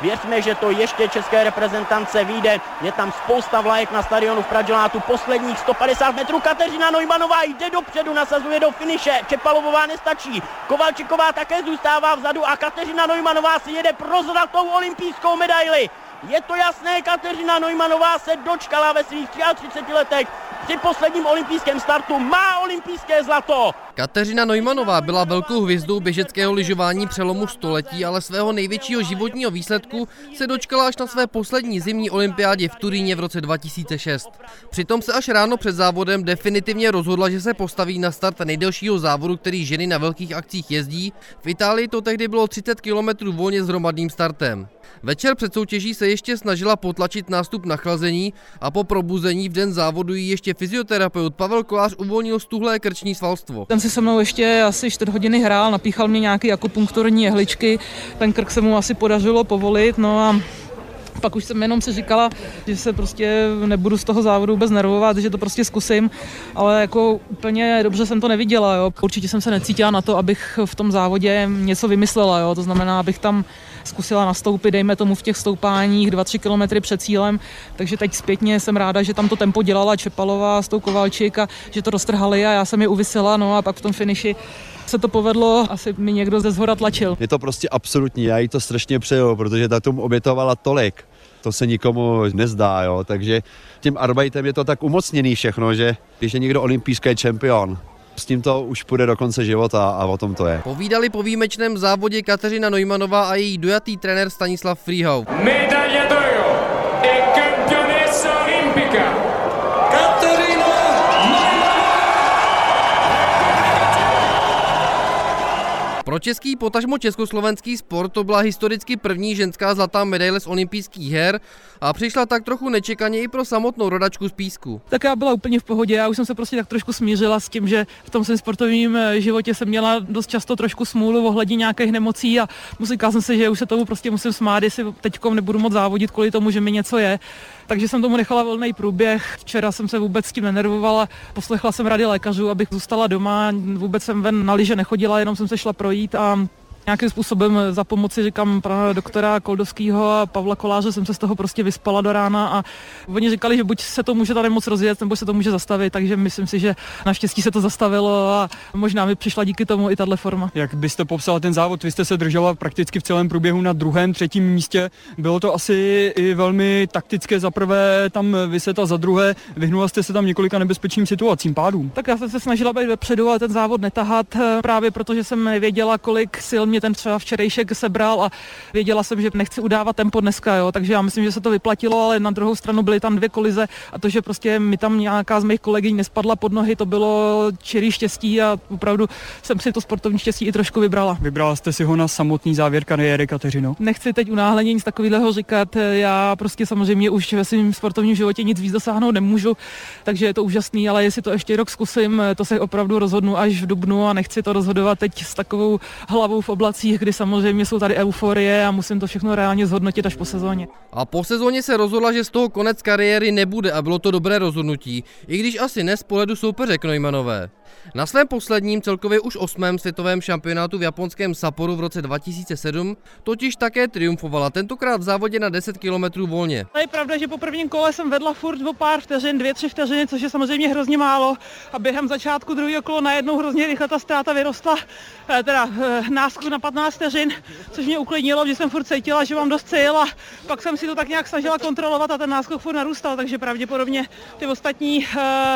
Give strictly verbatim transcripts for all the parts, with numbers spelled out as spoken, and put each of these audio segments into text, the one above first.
Věřme, že to ještě české reprezentance vyjde. Je tam spousta vlajek na stadionu v Pradžolátu. Posledních sto padesát metrů. Kateřina Neumannová jde dopředu, nasazuje do finiše. Čepalovová nestačí. Kovalčiková také zůstává vzadu a Kateřina Neumannová si jede pro zlatou olympijskou medaili. Je to jasné, Kateřina Neumannová se dočkala ve svých třiceti tří letech. Při posledním olympijském startu má olympijské zlato. Kateřina Neumannová byla velkou hvězdou běžeckého lyžování přelomu století, ale svého největšího životního výsledku se dočkala až na své poslední zimní olympiádě v Turíně v roce dva tisíce šest. Přitom se až ráno před závodem definitivně rozhodla, že se postaví na start nejdelšího závodu, který ženy na velkých akcích jezdí. V Itálii to tehdy bylo třicet kilometrů volně s hromadným startem. Večer před soutěží se ještě snažila potlačit nástup nachlazení a po probuzení v den závodu jí ještě fyzioterapeut Pavel Kolář uvolnil stuhlé krční svalstvo. Ten si se mnou ještě asi čtyři hodiny hrál, napíchal mě nějaký akupunkturní jehličky, ten krk se mu asi podařilo povolit, no a pak už jsem jenom si říkala, že se prostě nebudu z toho závodu vůbec nervovat, že to prostě zkusím, ale jako úplně dobře jsem to neviděla, jo. Určitě jsem se necítila na to, abych v tom závodě něco vymyslela, jo. To znamená, abych tam zkusila nastoupit, dejme tomu v těch stoupáních dva tři kilometry před cílem, takže teď zpětně jsem ráda, že tam to tempo dělala Čepalová s tou Kovalčík a že to roztrhali a já jsem je uvisela, no a pak v tom finiši se to povedlo, asi mi někdo ze zhora tlačil. Je to prostě absolutní, já jí to strašně přeju, protože ta tomu obětovala tolik, to se nikomu nezdá, jo, takže tím arbeitem je to tak umocněný všechno, že když je někdo olympijský čempion, s tím to už půjde do konce života a o tom to je. Povídali po výjimečném závodě Kateřina Neumannová a její dojatý trenér Stanislav Frýhauf. Medaglia d'oro e campionessa olimpica. Kateřina Pro český, potažmo československý sport to byla historicky první ženská zlatá medaile z olympijských her a přišla tak trochu nečekaně i pro samotnou rodačku z Písku. Tak já byla úplně v pohodě, já už jsem se prostě tak trošku smířila s tím, že v tom svém sportovním životě jsem měla dost často trošku smůlu ohledně nějakých nemocí a musela jsem se, že už se tomu prostě musím smát, jestli teďkom nebudu moc závodit kvůli tomu, že mi něco je. Takže jsem tomu nechala volný průběh. Včera jsem se vůbec s tím nenervovala, poslechla jsem rady lékařů, abych zůstala doma, vůbec jsem ven na lyže nechodila, jenom jsem se šla projít a nějakým způsobem za pomoci, říkám, pana doktora Koldovského a Pavla Koláře jsem se z toho prostě vyspala do rána a oni říkali, že buď se to může ta nemoc rozjet, nebo se to může zastavit, takže myslím si, že naštěstí se to zastavilo a možná mi přišla díky tomu i tahle forma. Jak byste popsala ten závod? Vy jste se držela prakticky v celém průběhu na druhém, třetím místě. Bylo to asi i velmi taktické, za prvé tam vyset a za druhé vyhnula jste se tam několika nebezpečným situacím, pádům. Tak já jsem se snažila být vepředu a ten závod netahat, právě protože jsem nevěděla, kolik sil mě ten třeba včerejšek sebral a věděla jsem, že nechci udávat tempo dneska, jo, takže já myslím, že se to vyplatilo, ale na druhou stranu byly tam dvě kolize a to, že prostě mi tam nějaká z mých kolegyň nespadla pod nohy, to bylo čirý štěstí a opravdu jsem si to sportovní štěstí i trošku vybrala. Vybrala jste si ho na samotný závěr kariéry, Kateřino? Nechci teď unáhleně nic takového říkat, já prostě samozřejmě už ve svém sportovním životě nic víc dosáhnout nemůžu, takže je to úžasný, ale jestli to ještě rok zkusím, to se opravdu rozhodnu až v dubnu a nechci to rozhodovat teď s takovou hlavou v oblacích, kdy samozřejmě jsou tady euforie a musím to všechno reálně zhodnotit až po sezóně. A po sezóně se rozhodla, že z toho konec kariéry nebude a bylo to dobré rozhodnutí, i když asi ne z pohledu soupeře Neumannové. Na svém posledním, celkově už osmém světovém šampionátu v japonském Sapporu v roce dva tisíce sedm totiž také triumfovala, tentokrát v závodě na deset kilometrů volně. Je pravda, že po prvním kole jsem vedla furt o pár vteřin, dvě, tři vteřiny, což je samozřejmě hrozně málo a během začátku druhého kola najednou hrozně rychle ta ztráta vyrostla, teda náskok na patnáct vteřin, což mě uklidnilo, že jsem furt cítila, že mám dost sil a pak jsem si to tak nějak snažila kontrolovat a ten náskok furt narůstal, takže pravděpodobně ty ostatní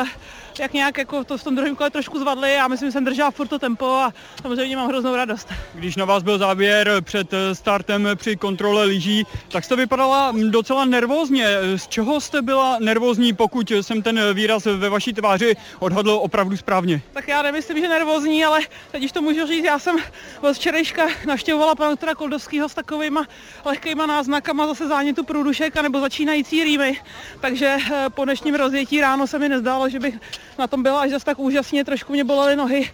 jak nějak jako to v tom druhém kole trošku zvadli a myslím, že jsem držela furt to tempo a samozřejmě mám hroznou radost. Když na vás byl záběr před startem při kontrole lyží, tak jste vypadala docela nervózně. Z čeho jste byla nervózní, pokud jsem ten výraz ve vaší tváři odhadl opravdu správně? Tak já nemyslím, že nervózní, ale teď už to můžu říct, já jsem od včerejška navštěvovala pana doktora Koldovského s takovýma lehkýma náznakama zase zánětu průdušek a nebo začínající rýmy, takže po dnešním rozjetí ráno se mi nezdálo, že bych na tom byla až zase tak úžasně, trošku mě bolely nohy,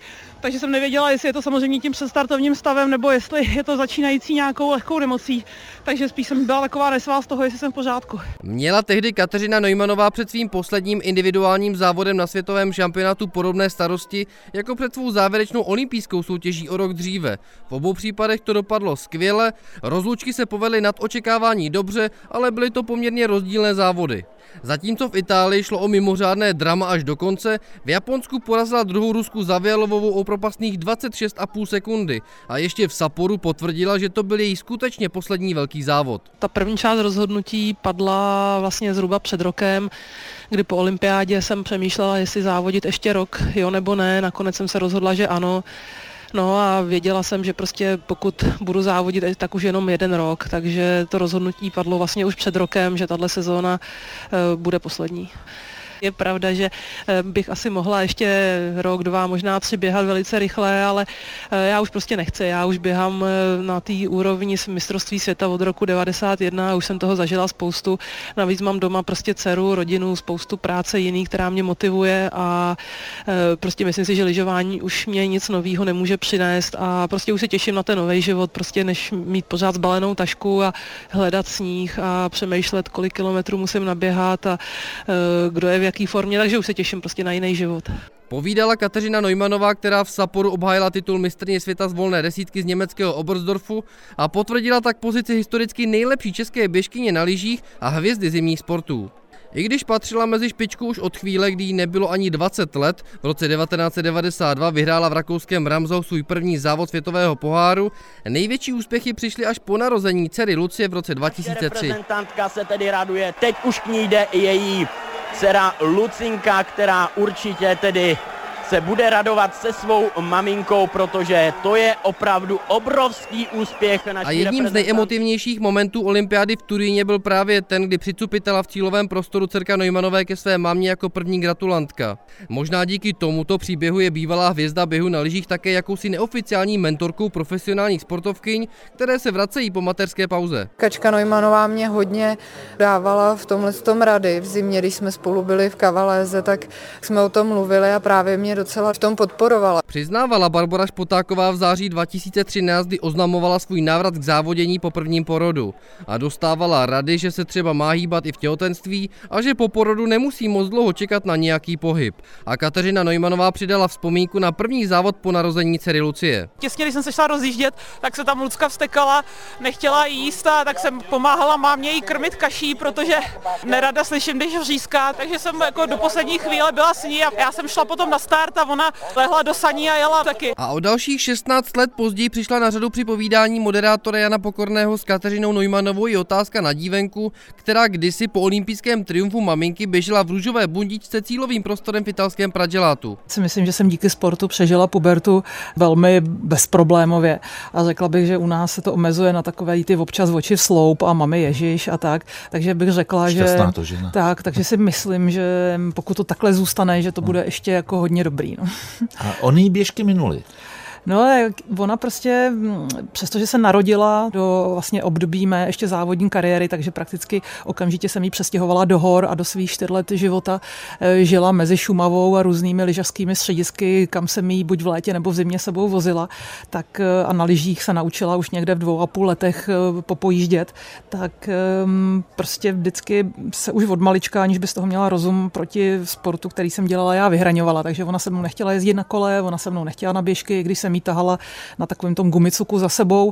takže jsem nevěděla, jestli je to samozřejmě tím předstartovním stavem, nebo jestli je to začínající nějakou lehkou nemocí, takže spíš jsem byla taková nesvá z toho, jestli jsem v pořádku. Měla tehdy Kateřina Neumannová před svým posledním individuálním závodem na světovém šampionátu podobné starosti jako před svou závěrečnou olympijskou soutěží o rok dříve. V obou případech to dopadlo skvěle, rozlučky se povedly nad očekávání dobře, ale byly to poměrně rozdílné závody. Zatímco v Itálii šlo o mimořádné drama až do konce, v Japonsku porazila druhou Rusku Zavjalovovou o propastných dvacet šest a půl sekundy a ještě v Sapporu potvrdila, že to byl její skutečně poslední velký závod. Ta první část rozhodnutí padla vlastně zhruba před rokem, kdy po olympiádě jsem přemýšlela, jestli závodit ještě rok, jo nebo ne, nakonec jsem se rozhodla, že ano. No a věděla jsem, že prostě pokud budu závodit, tak už jenom jeden rok, takže to rozhodnutí padlo vlastně už před rokem, že tahle sezóna bude poslední. Je pravda, že bych asi mohla ještě rok, dva, možná tři běhat velice rychle, ale já už prostě nechci. Já už běhám na té úrovni mistrovství světa od roku devadesát jedna a už jsem toho zažila spoustu. Navíc mám doma prostě dceru, rodinu, spoustu práce jiný, která mě motivuje a prostě myslím si, že lyžování už mě nic nového nemůže přinést a prostě už se těším na ten nový život, prostě než mít pořád zbalenou tašku a hledat sníh a přemýšlet, kolik kilometrů musím naběhat a kdo je v jaký formě, takže už se těším prostě na jiný život. Povídala Kateřina Neumannová, která v Sapporu obhájila titul mistryně světa z volné desítky z německého Oberstdorfu a potvrdila tak pozici historicky nejlepší české běžkyně na lyžích a hvězdy zimních sportů. I když patřila mezi špičku už od chvíle, kdy jí nebylo ani dvacet let, v roce devatenáct set devadesát dva vyhrála v rakouském Ramsau svůj první závod světového poháru, největší úspěchy přišly až po narození dcery Lucie v roce dva tisíce tři. Reprezentantka se tedy raduje, teď už k ní jde i její dcera Lucinka, která určitě tedy se bude radovat se svou maminkou, protože to je opravdu obrovský úspěch naší A jedním z nejemotivnějších momentů olympiády v Turíně byl právě ten, kdy přicupitala v cílovém prostoru dcerka Neumannové ke své mámě jako první gratulantka. Možná díky tomuto příběhu je bývalá hvězda běhu na lyžích také jakousi neoficiální mentorkou profesionálních sportovkyň, které se vracejí po mateřské pauze. Kačka Neumannová mě hodně dávala v tomhle tom rady. V zimě, když jsme spolu byli v Kavaléze, tak jsme o tom mluvili a právě mě docela v tom podporovala. Přiznávala Barbora Špotáková v září dva tisíce třináct, kdy oznamovala svůj návrat k závodění po prvním porodu a dostávala rady, že se třeba má hýbat i v těhotenství a že po porodu nemusí moc dlouho čekat na nějaký pohyb. A Kateřina Neumannová přidala vzpomínku na první závod po narození dcery Lucie. Těsně, když jsem se šla rozjíždět, tak se tam Lucka vztekala, nechtěla jíst a tak jsem pomáhala mámě jí krmit kaší, protože nerada slyším, když řízká, takže jsem jako do poslední chvíle byla s ní a já jsem šla potom na start a ona lehla do saní a jela taky. A o dalších šestnáct let později přišla na řadu při povídání moderátora Jana Pokorného s Kateřinou Neumannovou i otázka na dívenku, která kdysi po olympijském triumfu maminky běžela v růžové bundičce cílovým prostorem v italském Pragelátu. Si myslím, že jsem díky sportu přežila pubertu velmi bezproblémově a řekla bych, že u nás se to omezuje na takové ty občas oči v sloup a mami ježiš a tak, takže bych řekla, Šťastná že to žena. tak, takže si myslím, že pokud to takhle zůstane, že to bude ještě jako hodně dobrý. No. A oni běžky minuli. No, ona prostě, přestože se narodila do vlastně období mé ještě závodní kariéry, takže prakticky okamžitě jsem jí přestěhovala do hor a do svých čtyř let života žila mezi Šumavou a různými lyžařskými středisky, kam jsem jí buď v létě nebo v zimě sebou vozila, tak a na lyžích se naučila už někde v dvou a půl letech popojíždět, tak prostě vždycky se už od malička, aniž by z toho měla rozum proti sportu, který jsem dělala, já vyhraňovala, takže ona se mnou nechtěla jezdit na kole, ona se mnou nechtěla na běžky, když jsem jí tahala na takovém tom gumicuku za sebou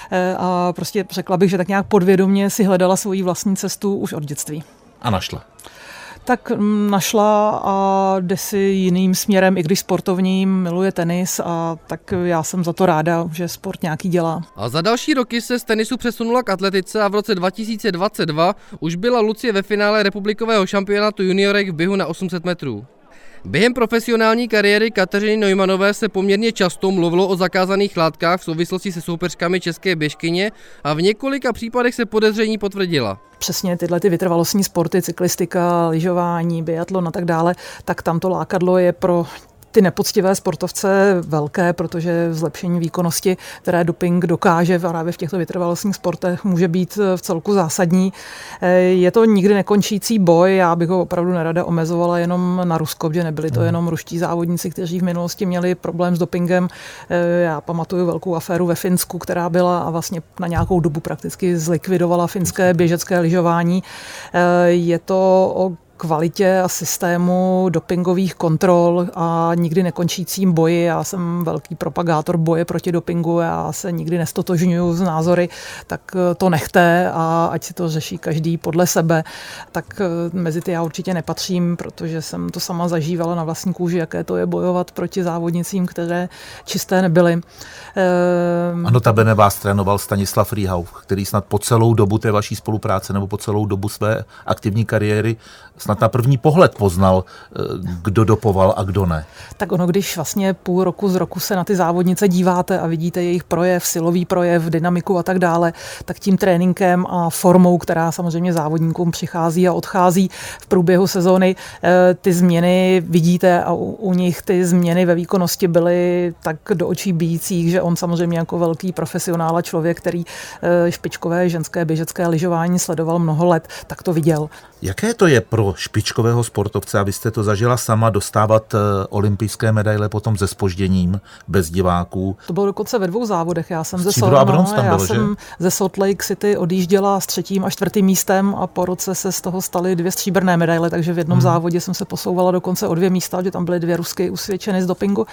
a prostě řekla bych, že tak nějak podvědomě si hledala svoji vlastní cestu už od dětství. A našla. Tak našla a jde si jiným směrem, i když sportovním, miluje tenis a tak já jsem za to ráda, že sport nějaký dělá. A za další roky se z tenisu přesunula k atletice a v roce dva tisíce dvacet dva už byla Lucie ve finále republikového šampionátu juniorek v běhu na osm set metrů. Během profesionální kariéry Kateřiny Neumannové se poměrně často mluvilo o zakázaných látkách v souvislosti se soupeřkami české běžkyně a v několika případech se podezření potvrdila. Přesně tyhle ty vytrvalostní sporty, cyklistika, lyžování, biatlon a tak dále, tak tam to lákadlo je pro ty nepoctivé sportovce velké, protože zlepšení výkonnosti, které doping dokáže právě v těchto vytrvalostních sportech, může být v celku zásadní. Je to nikdy nekončící boj, já bych ho opravdu nerada omezovala jenom na Rusko, že nebyli to jenom ruští závodníci, kteří v minulosti měli problém s dopingem. Já pamatuju velkou aféru ve Finsku, která byla a vlastně na nějakou dobu prakticky zlikvidovala finské běžecké lyžování. Je to o kvalitě a systému dopingových kontrol a nikdy nekončícím boji. Já jsem velký propagátor boje proti dopingu, já se nikdy nestotožňuju s názory, tak to nechte a ať si to řeší každý podle sebe. Tak mezi ty já určitě nepatřím, protože jsem to sama zažívala na vlastní kůži, jaké to je bojovat proti závodnicím, které čisté nebyly. A notabene vás trénoval Stanislav Rýhau, který snad po celou dobu té vaší spolupráce nebo po celou dobu své aktivní kariéry snad na první pohled poznal, kdo dopoval a kdo ne. Tak ono, když vlastně půl roku z roku se na ty závodnice díváte a vidíte jejich projev, silový projev, dynamiku a tak dále, tak tím tréninkem a formou, která samozřejmě závodníkům přichází a odchází v průběhu sezóny, ty změny vidíte a u, u nich ty změny ve výkonnosti byly tak do očí bijících, že on samozřejmě jako velký profesionál a člověk, který špičkové ženské běžecké lyžování sledoval mnoho let, tak to viděl. Jaké to je pro špičkového sportovce, a vy jste to zažila sama, dostávat olympijské medaile potom se zpožděním, bez diváků? To bylo dokonce ve dvou závodech. Já jsem, ze, Stříbro a bronz tam já bylo, jsem ze Salt Lake City odjížděla s třetím a čtvrtým místem a po roce se z toho staly dvě stříbrné medaile, takže v jednom hmm. závodě jsem se posouvala dokonce o dvě místa, že tam byly dvě Rusky usvědčeny z dopingu.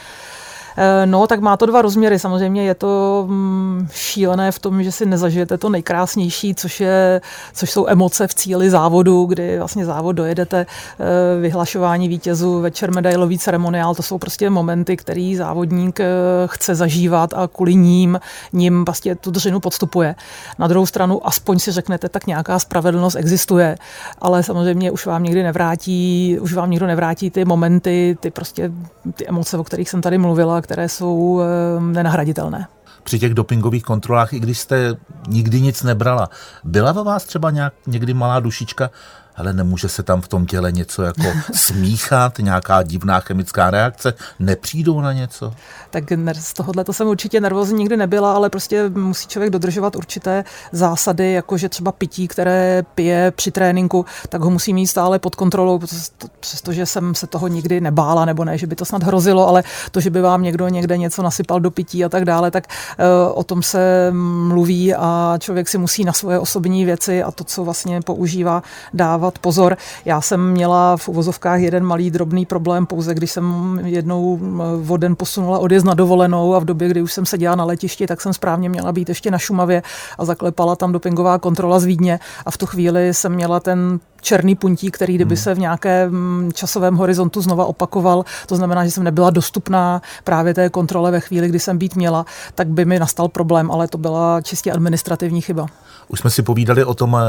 No, tak má to dva rozměry. Samozřejmě je to šílené v tom, že si nezažijete to nejkrásnější, což, je, což jsou emoce v cíli závodu, kdy vlastně závod dojedete, vyhlašování vítězů, večer medailový ceremoniál, to jsou prostě momenty, který závodník chce zažívat a kvůli ním, ním vlastně tu dřinu podstupuje. Na druhou stranu aspoň si řeknete, tak nějaká spravedlnost existuje, ale samozřejmě už vám nikdy nevrátí, už vám nikdo nevrátí ty momenty, ty prostě ty emoce, o kterých jsem tady mluvila, které jsou e, nenahraditelné. Při těch dopingových kontrolách, i když jste nikdy nic nebrala, byla ve vás třeba nějak, někdy malá dušička, ale nemůže se tam v tom těle něco jako smíchat, nějaká divná chemická reakce, nepřijdou na něco? Tak z tohohle to jsem určitě nervózní nikdy nebyla, ale prostě musí člověk dodržovat určité zásady, jakože třeba pití, které pije při tréninku, tak ho musí mít stále pod kontrolou, přestože jsem se toho nikdy nebála, nebo ne, že by to snad hrozilo, ale to, že by vám někdo někde něco nasypal do pití a tak dále, tak uh, o tom se mluví a člověk si musí na svoje osobní věci a to, co vlastně používá, dávat pozor. Já jsem měla v uvozovkách jeden malý drobný problém pouze, když jsem jednou o den posunula odjezd na dovolenou a v době, kdy už jsem seděla na letišti, tak jsem správně měla být ještě na Šumavě a zaklepala tam dopingová kontrola z Vídně a v tu chvíli jsem měla ten černý puntík, který kdyby se v nějakém časovém horizontu znova opakoval, to znamená, že jsem nebyla dostupná právě té kontrole ve chvíli, kdy jsem být měla, tak by mi nastal problém, ale to byla čistě administrativní chyba. Už jsme si povídali o tom,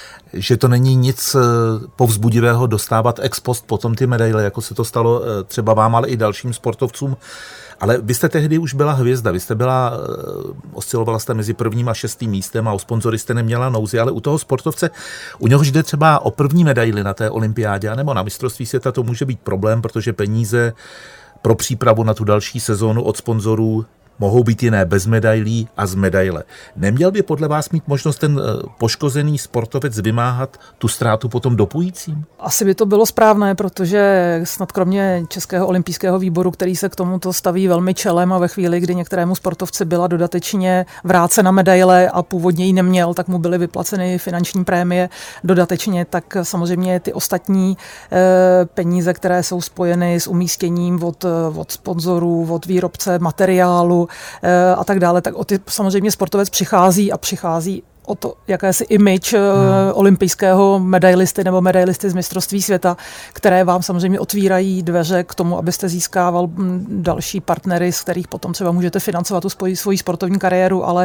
že to není nic povzbudivého dostávat ex post potom ty medaile, jako se to stalo třeba vám, ale i dalším sportovcům. Ale vy jste tehdy už byla hvězda, vy jste byla, oscilovala jste mezi prvním a šestým místem a o sponzory jste neměla nouzi, ale u toho sportovce, u něhož jde třeba o první medaili na té olympiádě nebo na mistrovství světa, to může být problém, protože peníze pro přípravu na tu další sezónu od sponzorů mohou být jiné bez medailí a z medaile. Neměl by podle vás mít možnost ten poškozený sportovec vymáhat tu ztrátu potom dopujícím? Asi by to bylo správné, protože snad kromě Českého olympijského výboru, který se k tomuto staví velmi čelem a ve chvíli, kdy některému sportovci byla dodatečně vrácena medaile a původně ji neměl, tak mu byly vyplaceny finanční prémie dodatečně, tak samozřejmě ty ostatní e, peníze, které jsou spojeny s umístěním od, od sponzorů, od výrobce materiálu, a tak dále, tak o ty samozřejmě sportovec přichází a přichází o to jakési image hmm. olympijského medailisty nebo medailisty z mistrovství světa, které vám samozřejmě otvírají dveře k tomu, abyste získával další partnery, z kterých potom třeba můžete financovat tu svoji, svoji sportovní kariéru, ale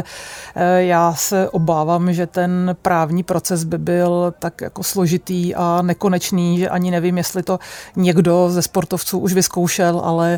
já se obávám, že ten právní proces by byl tak jako složitý a nekonečný, že ani nevím, jestli to někdo ze sportovců už vyzkoušel, ale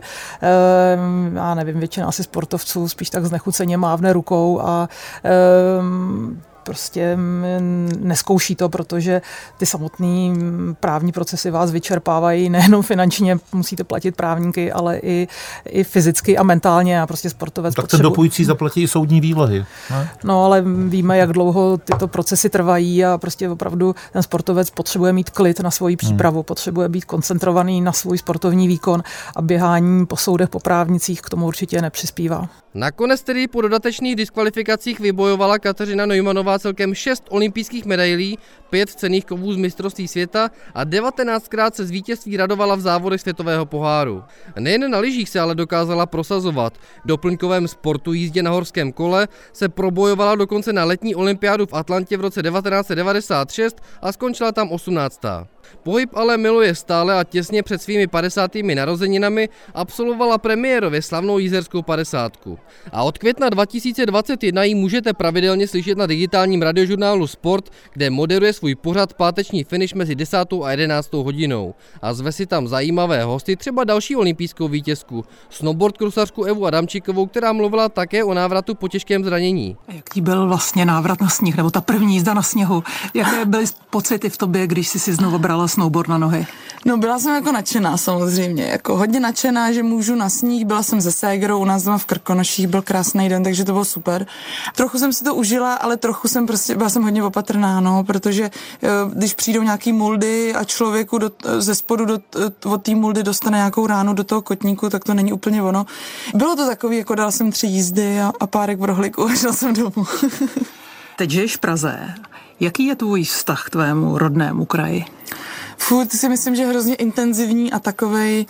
já nevím, většina asi sportovců spíš tak znechuceně mávne rukou a prostě neskouší to, protože ty samotné právní procesy vás vyčerpávají, nejenom finančně musíte platit právníky, ale i, i fyzicky a mentálně a prostě sportovec tak potřebuje. ten dopující zaplatí i soudní výlohy. Ne? No ale víme, jak dlouho tyto procesy trvají a prostě opravdu ten sportovec potřebuje mít klid na svoji přípravu, hmm. potřebuje být koncentrovaný na svůj sportovní výkon a běhání po soudech, po právnicích k tomu určitě nepřispívá. Nakonec tedy po dodatečných diskvalifikacích vybojovala Kateřina Neumannová celkem šest olympijských medailí, pět cenných kovů z mistrovství světa a devatenáctkrát se z vítězství radovala v závodech světového poháru. Nejen na lyžích se ale dokázala prosazovat. V doplňkovém sportu jízdě na horském kole se probojovala dokonce na letní olympiádu v Atlantě v roce devatenáct set devadesát šest a skončila tam osmnáctá. Pohyb ale miluje stále a těsně před svými padesátými narozeninami absolvovala premiérově slavnou jízerskou padesátku. A od května dva tisíce dvacet jedna ji můžete pravidelně slyšet na digitálním radiožurnálu Sport, kde moderuje svůj pořad páteční finish mezi desátou a jedenáctou hodinou. A zve si tam zajímavé hosty, třeba další olympijskou vítězku, snowboardkrusařku Evu Adamčíkovou, která mluvila také o návratu po těžkém zranění. A jaký byl vlastně návrat na sníh, nebo ta první jízda na sněhu? Jaké byly pocity v tobě, když jsi si znovu brala snowboard na nohy? No byla jsem jako nadšená samozřejmě, jako hodně nadšená, že můžu na sníh, byla jsem se ségrou u nás doma v Krkonoších, byl krásný den, takže to bylo super. Trochu jsem si to užila, ale trochu jsem prostě, byla jsem hodně opatrná, no, protože když přijdou nějaký muldy a člověku do, ze spodu do, od té muldy dostane nějakou ránu do toho kotníku, tak to není úplně ono. Bylo to takový, jako dala jsem tři jízdy a, a párek v rohlíku a šla jsem domů. Teď žiješ v Praze. Jaký je tvůj vztah k tvému rodnému kraji? Furt si myslím, že hrozně intenzivní a takovej,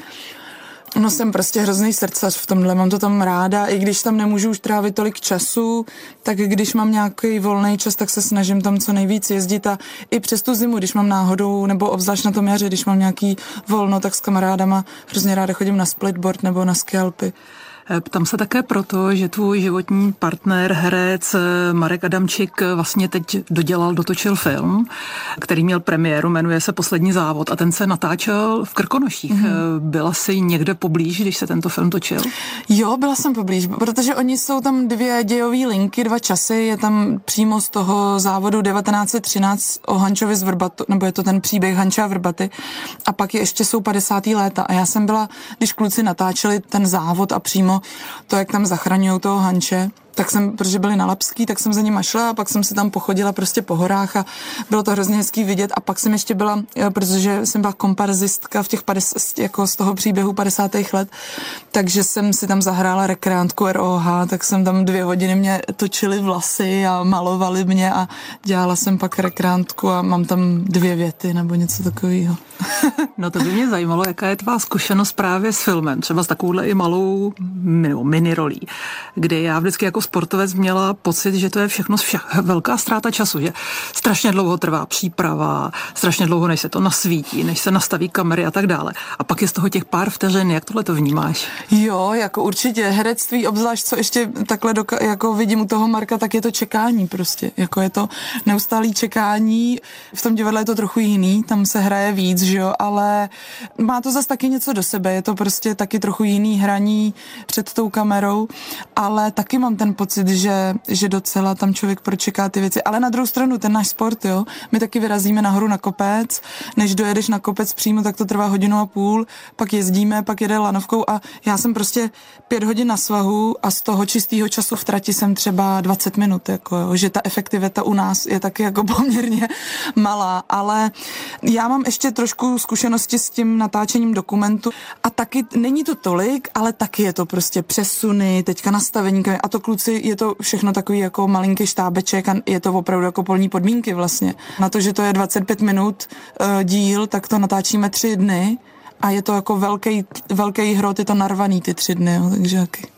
no jsem prostě hrozný srdcař v tomhle, mám to tam ráda, i když tam nemůžu už trávit tolik času, tak když mám nějaký volný čas, tak se snažím tam co nejvíc jezdit a i přes tu zimu, když mám náhodou, nebo obzvlášť na tom jaře, když mám nějaký volno, tak s kamarádama hrozně ráda chodím na splitboard nebo na skialpy. Ptám se také proto, že tvůj životní partner, herec Marek Adamčík vlastně teď dodělal, dotočil film, který měl premiéru, jmenuje se Poslední závod a ten se natáčel v Krkonoších. Mm-hmm. Byla jsi někde poblíž, když se tento film točil? Jo, byla jsem poblíž, protože oni jsou tam dvě dějové linky, dva časy, je tam přímo z toho závodu devatenáct set třináct o Hančovi z Vrbatu, nebo je to ten příběh Hanča a Vrbaty a pak je ještě jsou padesátá léta a já jsem byla, když kluci natáčeli ten závod a přímo to, jak tam zachraňují toho Hanče, tak jsem, protože byli na Lapský, tak jsem za nima šla a pak jsem si tam pochodila prostě po horách a bylo to hrozně hezký vidět a pak jsem ještě byla, protože jsem byla komparzistka v těch padesát, jako z toho příběhu padesátých let, takže jsem si tam zahrála rekreantku R O H, tak jsem tam dvě hodiny mě točili vlasy a malovali mě a dělala jsem pak rekreantku a mám tam dvě věty nebo něco takového. No to by mě zajímalo, jaká je tvá zkušenost právě s filmem, třeba s takovouhle i malou mini rolí, kdy já vždycky jako sportovec měla pocit, že to je všechno však velká ztráta času, že strašně dlouho trvá příprava, strašně dlouho, než se to nasvítí, než se nastaví kamery a tak dále. A pak je z toho těch pár vteřin, jak tohle to vnímáš? Jo, jako určitě herectví, obzvlášť co ještě takhle doka- jako vidím u toho Marka, tak je to čekání prostě, jako je to neustálý čekání. V tom divadle je to trochu jiný, tam se hraje víc, že jo, ale má to zase taky něco do sebe, je to prostě taky trochu jiný hraní před tou kamerou, ale taky mám ten pocit, že, že docela tam člověk pročeká ty věci. Ale na druhou stranu, ten náš sport, jo, my taky vyrazíme nahoru na kopec, než dojedeš na kopec přímo, tak to trvá hodinu a půl, pak jezdíme, pak jede lanovkou a já jsem prostě pět hodin na svahu a z toho čistého času v trati jsem třeba dvacet minut, jako jo, že ta efektivita u nás je taky jako poměrně malá, ale já mám ještě trošku zkušenosti s tím natáčením dokumentu a taky není to tolik, ale taky je to prostě přesuny, teďka nastavení a to kluci, je to všechno takový jako malinký štábeček a je to opravdu jako polní podmínky vlastně. Na to, že to je dvacet pět minut uh, díl, tak to natáčíme tři dny a je to jako velký, velký hrot, je to narvaný ty tři dny, jo, takže taky.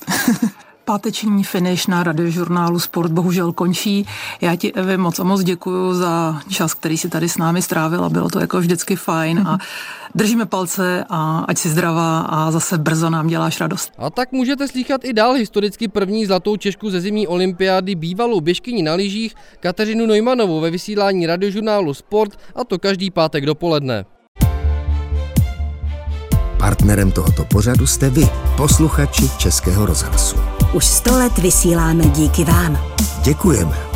Páteční finish na radiožurnálu Sport bohužel končí. Já ti, Evi, moc a moc děkuju za čas, který si tady s námi strávila. Bylo to jako vždycky fajn a držíme palce a ať si zdravá a zase brzo nám děláš radost. A tak můžete slýchat i dál historicky první zlatou Češku ze zimní olympiády, bývalou běžkyni na lyžích Kateřinu Neumannovou ve vysílání radiožurnálu Sport, a to každý pátek dopoledne. Partnerem tohoto pořadu jste vy, posluchači Českého rozhlasu. Už sto let vysíláme díky vám. Děkujeme.